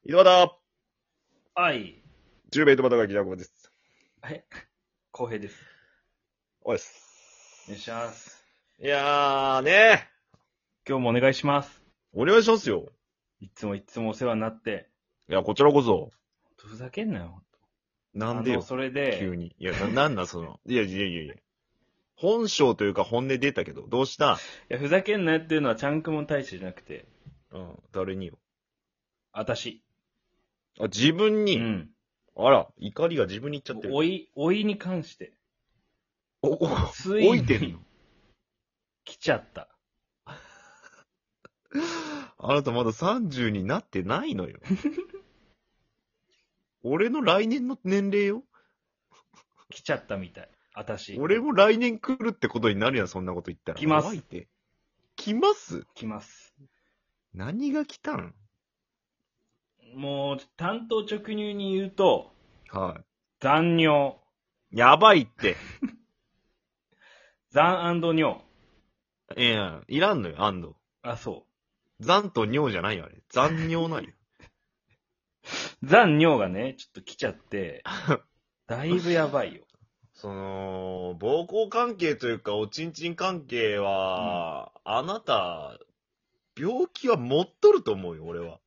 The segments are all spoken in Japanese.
井戸端、 はい。 10名とまたがきなこです。 はい。浩平です。 おいっす。 お願いします。 いやーね今日もお願いします。 お願いしますよ。 いつもお世話になって。 いや、こちらこそ。 ふざけんなよ。 なんでよ。 それで、 急に。いや、なんだその。いや。本性というか本音出たけど、どうした？ ふざけんなよっていうのはちゃんくもん大使じゃなくて、 うん、誰によ。 私。 あ、自分に。 うん。 あら、怒りが自分にいっちゃってる。 老いに関して、 お、 ついに置いてんの？ 来ちゃった。 あなたまだ30になってないのよ。俺の来年の年齢よ。 来ちゃったみたい。私。 俺も来年来るってことになるやん、そんなこと言ったら。 来ます怖いって。来ます？ 来ます。 何が来たん？ もう、単刀直入に言うと、 は残尿。 い。やばいって。 残尿。 いや、いらんのよ、安藤。 あ、そ残と尿じゃないよ、あれ。残尿なんよ。 う。残尿がね、ちょっと来ちゃって、だいぶやばいよ。 膀胱関係というか、おちんちん関係は、あなた、病気は持っとると思うよ、俺は。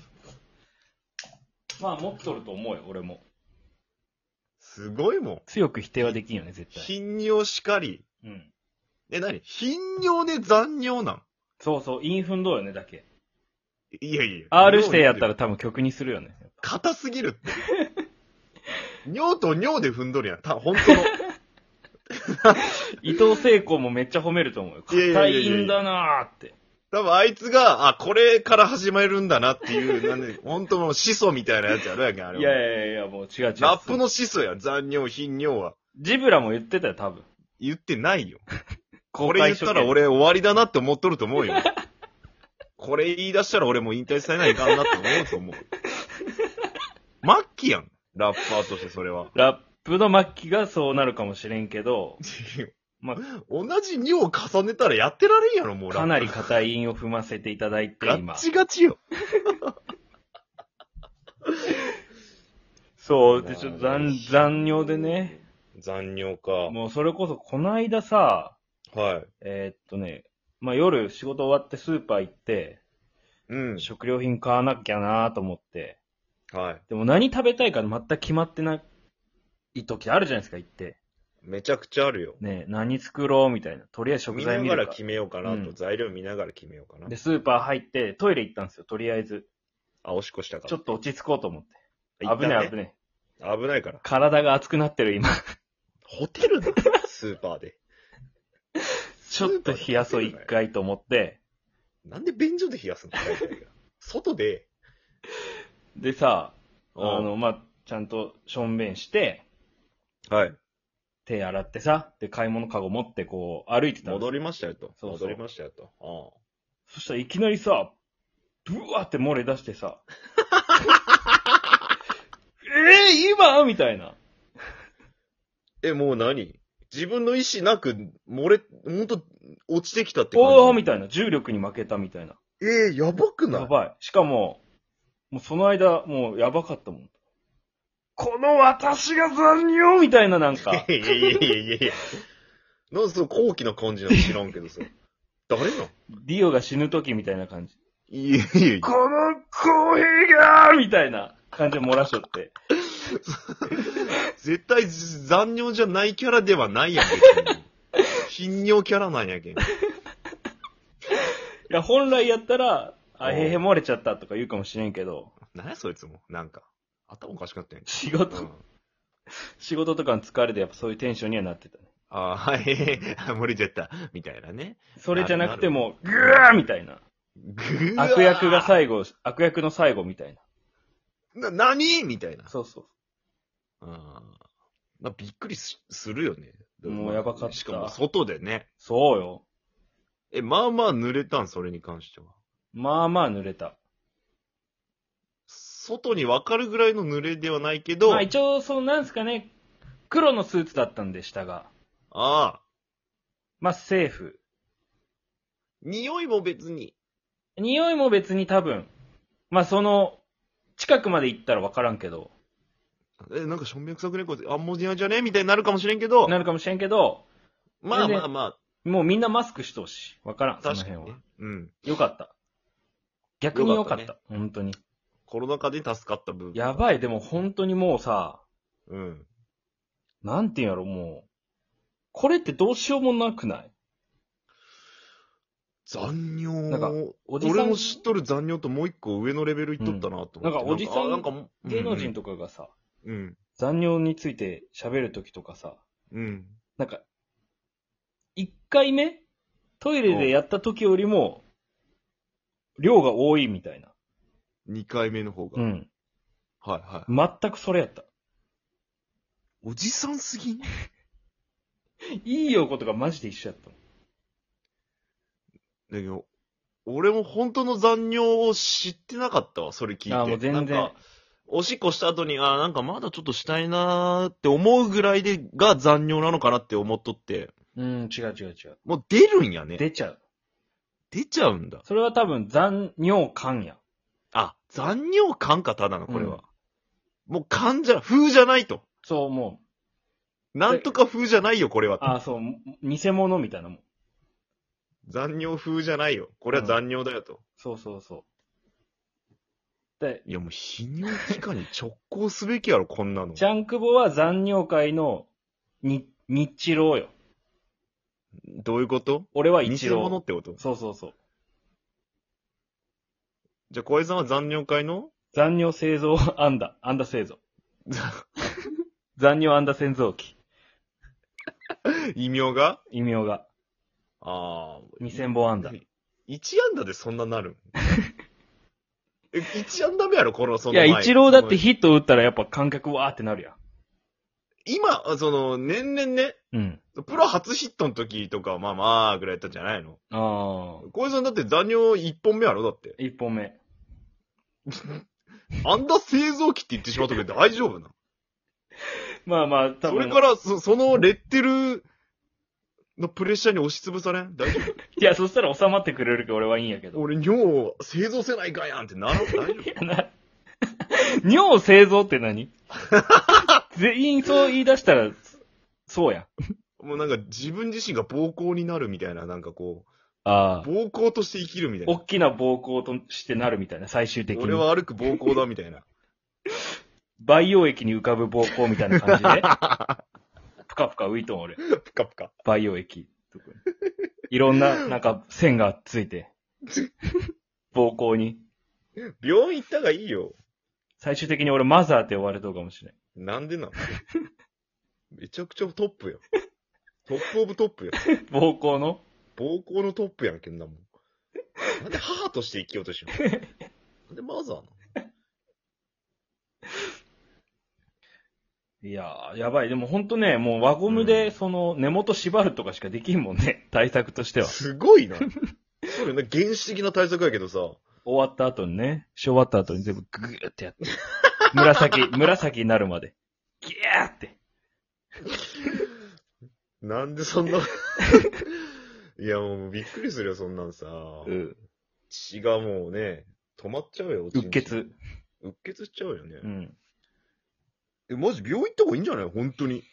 まあ、持っとると思うよ、俺も。 すごいもん。 強く否定はできんよね、絶対。 頻尿しかり。 うん。 何頻尿で残尿なん？ そうそう、インフンドーよね、だけ。 いやいや。 R 指定やったら多分曲にするよね。 硬すぎるって。尿と尿で踏んどるやん。本当の。 伊藤聖子もめっちゃ褒めると思うよ。硬いんだなーって。 多分あいつが、これから始まるんだなっていう、本当の始祖みたいなやつやるやんけ、あれは。 いや、もう違う。 ラップの始祖やん、残尿、頻尿は。 ジブラも言ってたよ、多分。 言ってないよ。これ言ったら俺終わりだなって思っとると思うよ。これ言い出したら俺もう引退されないかんなって思うと思う。末期やん。ラッパーとしてそれは。 ラップの末期がそうなるかもしれんけど、 まあ、同じ尿を重ねたらやってられんやろ、もうラップ。 かなり硬い韻を踏ませていただいて、今。 ガッチガチよ。 そう、で、ちょっと残尿でね。 残尿か。 もうそれこそ、この間さ、 はい。 まあ夜仕事終わってスーパー行って、 うん。 食料品買わなきゃなと思って、 はい。 でも何食べたいか全く決まってない時あるじゃないですか、行って。 めちゃくちゃあるよ。 ねえ、何作ろうみたいな。とりあえず食材見るか。 見ながら決めようかなと、 うん、 材料見ながら決めようかな。 で、スーパー入ってトイレ行ったんですよ、とりあえず。 あ、おしっこしたから。 ちょっと落ち着こうと思って。 一旦ね危ね危ないから。 体が熱くなってる今。 ホテルだ。スーパーで。 ちょっと冷やそう一回と思って。 なんで便所で冷やすの？大体が外で。 でさ、まあ、ちゃんとしょんべんして、 はい。 手洗ってさ、で、買い物かご持ってこう、歩いてたんです戻りましたよと。 そうそう戻りましたよと。 そしたらいきなりさ、ブワーって漏れ出してさ、今みたいな。 もう何？自分の意思なく、ほんと、落ちてきたって感じ。 おーみたいな。重力に負けたみたいな。 やばくない？ やばい。しかも、もうその間、もうやばかったもん。この私が残尿みたいななんか。 いや。なんでその高貴な感じなの知らんけどさ。誰なの？ ディオが死ぬ時みたいな感じ。 いや。 このコーヒーがみたいな感じで漏らしとって。 絶対残尿じゃないキャラではないやん、別に。頻尿キャラなんやけん。 いや、本来やったら、漏れちゃったとか言うかもしれんけど。 何やそいつも。なんか、頭おかしかったやん。 仕事とかの疲れでやっぱそういうテンションにはなってたね。 はい、漏れちゃった。みたいなね。 それじゃなくても、ぐーみたいな。悪役の最後みたいな。 何みたいな。 そうそう。 びっくりするよね。 もうやばかった。 しかも外でね。 そうよ。 まあまあ濡れたん、それに関しては。 まあまあ濡れた。 外に分かるぐらいの濡れではないけど。 まあ一応、なんですかね。黒のスーツだったんで、下が。 ああ。 まあセーフ。 匂いも別に多分。まあ近くまで行ったらわからんけど、 なんかしょんべん臭くねこれ、アンモニアじゃねみたいになるかもしれんけど、 なるかもしれんけど、 まあまあまもうみんなマスクしとうし、わからん、 あ、 その辺は確かにね。。うん。 よかった。逆によかった。 よかっ本当に。 コロナ禍で助かった部分。 やばい、でも本当にもうさ、 うん。 なんていうんやろ、もう。これってどうしようもなくない？ 残尿。 なんかおじさん俺も知っとる残尿ともう一個上のレベルいっとったなと思って。 なんかおじさんなんか芸能人とかがさ、 うん。 残尿について喋るときとかさ、 うん。 なんか、1回目トイレでやった時よりも、量が多いみたいな。 2回目の方が。 うん。 はいはい。 全くそれやった。 おじさんすぎんいいよことがマジで一緒やったもん。 だけど、俺も本当の残尿を知ってなかったわ、それ聞いて。 あ、もう全然。 なんか、おしっこした後に、なんかまだちょっとしたいなーって思うぐらいが残尿なのかなって思っとって。 うん、違う違う違う。 もう出るんやね。 出ちゃう。 出ちゃうんだ。 それは多分残尿感や。 あ、残尿感か、ただの、これは。もう風じゃないと。 そう、もなんとか風じゃないよ、これは。 う、そう、偽物みたいなもん。 残尿風じゃないよ。これは残尿だよと。 そうそうそう。で、 いやもう、泌尿器科に直行すべきやろ、こんなの。 ジャンクボは残尿界の日郎よ。 どういうこと俺は一偽物郎。 ってことそうそうそう。 じゃあ、小江さんは残尿会の残尿製造アンダ製造。残尿アンダ製造機。 異名が異名が。2000本アンダ。 1安打でそんななるん1安打目やろ、そいや、 の前。 一郎だってヒット打ったらやっぱ観客わーってなるやん。 今、年々ね、 うん。 プロ初ヒットの時とかはまあまあぐらいやったんじゃないのああ。 小江さんだって残尿1本目やろだって。 1本目。 アンダ製造機って言ってしまったけど大丈夫なまあまあ、多分。 それから、そのレッテルのプレッシャーに押しつぶされん大丈夫いや、そしたら収まってくれるけど俺はいいんやけど。 俺、尿を製造せないかんやんってなら大丈夫いやな。尿製造って何全員そう言い出したら、そうやん。 もうなんか自分自身が暴行になるみたいな、なんかこう、 ああ。 暴行として生きるみたいな。 大きな暴行としてなるみたいな、最終的に。 俺は歩く暴行だみたいな。 培養液に浮かぶ暴行みたいな感じで。ぷかぷか浮いとん俺。 ぷかぷか。 培養液。いろんな、なんか、線がついて。暴行に。 病院行ったがいいよ。 最終的に俺マザーって呼ばれとうかもしれん。 なんでなのめちゃくちゃトップよ。トップオブトップよ。 暴行の暴行のトップやんけんなもん。なんで母として生きようとしよう。なんでマザーなのいやー、やばい。でもほんとね、もう輪ゴムで、根元縛るとかしかできんもんね。対策としては。 すごいな。それね、原始的な対策やけどさ。 終わった後にね、終わった後に全部グーってやって。紫になるまで。ギャーって。 なんでそんな。いやもうびっくりするよ、そんなんさ。血がもうね、止まっちゃうよ、 うっ血。 うっ血しちゃうよね。 うん。 マジ病院行った方がいいんじゃない本当に。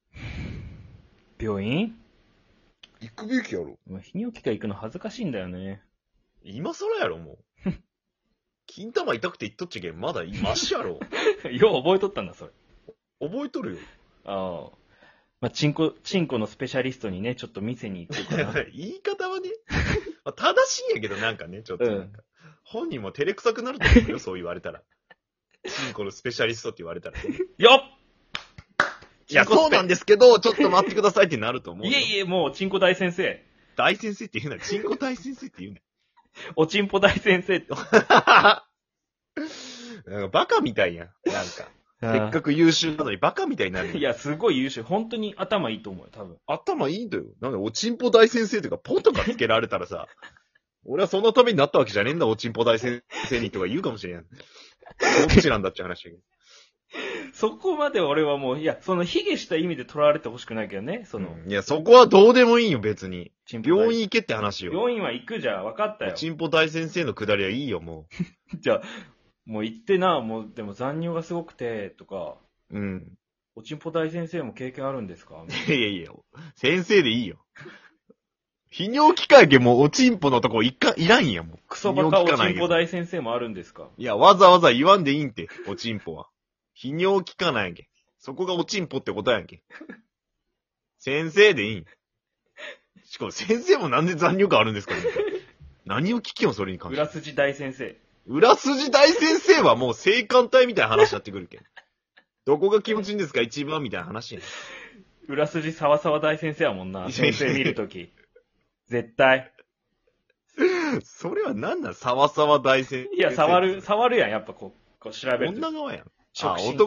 病院行くべきやろ。 泌尿器科行くの恥ずかしいんだよね。 今更やろ、もう。金玉痛くて言っとっちゃけん、まだマシやろ。 よう覚えとったんだ、それ。 覚えとるよ。 ああ。まあ、チンコのスペシャリストにね、ちょっと店に行こうかな。 言い方はね、まあ正しいんやけどなんかね、ちょっとなんか。本人も照れくさくなると思うよ、そう言われたら。チンコのスペシャリストって言われたら。 よっいや、そうなんですけど、ちょっと待ってくださいってなると思うよ。 いえいえ、もう、チンコ大先生。 大先生って言うな。チンコ大先生って言うな。 おチンポ大先生って。 なんかバカみたいやん。なんか。せっかく優秀なのにバカみたいになる。 いや、すごい優秀。本当に頭いいと思うよ、多分。 頭いいんだよ。なんか、おちんぽ大先生とか、ポとかつけられたらさ、俺はそのためになったわけじゃねえんだ、おちんぽ大先生にとか言うかもしれん。どっちなんだって話だけど。 そこまで俺はもう、いや、卑下した意味で取られてほしくないけどね、 いや、そこはどうでもいいよ、別に。 チンポ大病院行けって話よ。 病院は行くじゃん、分かったよ。 おちんぽ大先生のくだりはいいよ、もじゃあ、 もう言ってな、もうでも残尿がすごくて、とか、 うん。 おちんぽ大先生も経験あるんですかいやいや、先生でいいよ。泌尿器科やけもうおちんぽのとこいらんやもう。 クソバカおちんぽ大先生もあるんですかいや、わざわざ言わんでいいんて、おちんぽは。泌尿器科なんやけん。そこがおちんぽってことやんけん。先生でいいん。しかも先生もなんで残尿があるんですかね。何を聞きよ、それに関して。 裏筋大先生。 裏筋大先生はもう性感帯みたいな話になってくるけん。どこが気持ちいいんですか一番みたいな話やん。 裏筋サワサワ大先生やもんな。先生見るとき。絶対。 それはなんだサワサワ大先生。 いや、触るやん。やっぱこう調べる。 女側やん。 触診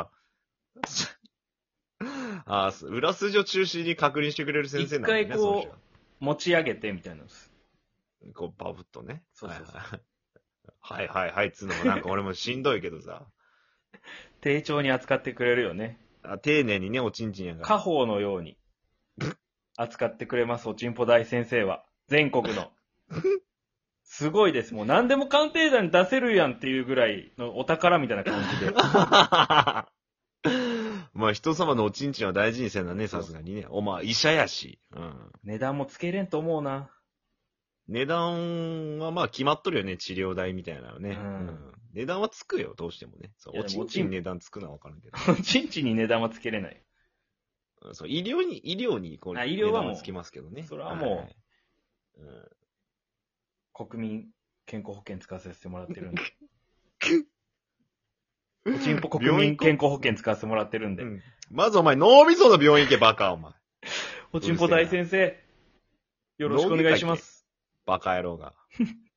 裏筋を中心に確認してくれる先生なんだね。 一回こう、持ち上げてみたいなのです。 こう、バブッとね。 そうそうそう。 はい、つうのもなんか俺もしんどいけどさ。 丁重に扱ってくれるよね。 丁寧にね、おちんちんやから。 家宝のように扱ってくれます、おちんぽ大先生は。全国の。すごいです。もう何でも鑑定団に出せるやんっていうぐらいのお宝みたいな感じで。 まあ人様のおちんちんは大事にせんだね、さすがにね。医者やし。うん。 値段もつけれんと思うな。 値段はまあ決まっとるよね、治療代みたいなのね。値段はつくよ、どうしてもね。おちんちんに値段つくのはわかるけど。 おちんちんに値段はつけれない。 そう、医療にこう、 医療はもう値段つきますけどね。 それはもう、国民健康保険使わせてもらってるんで。おちんぽ国民健康保険使わせてもらってるんで。 まずお前脳みその病院行け、バカ、お前。 おちんぽ大先生、よろしくお願いします。 バカ野郎が。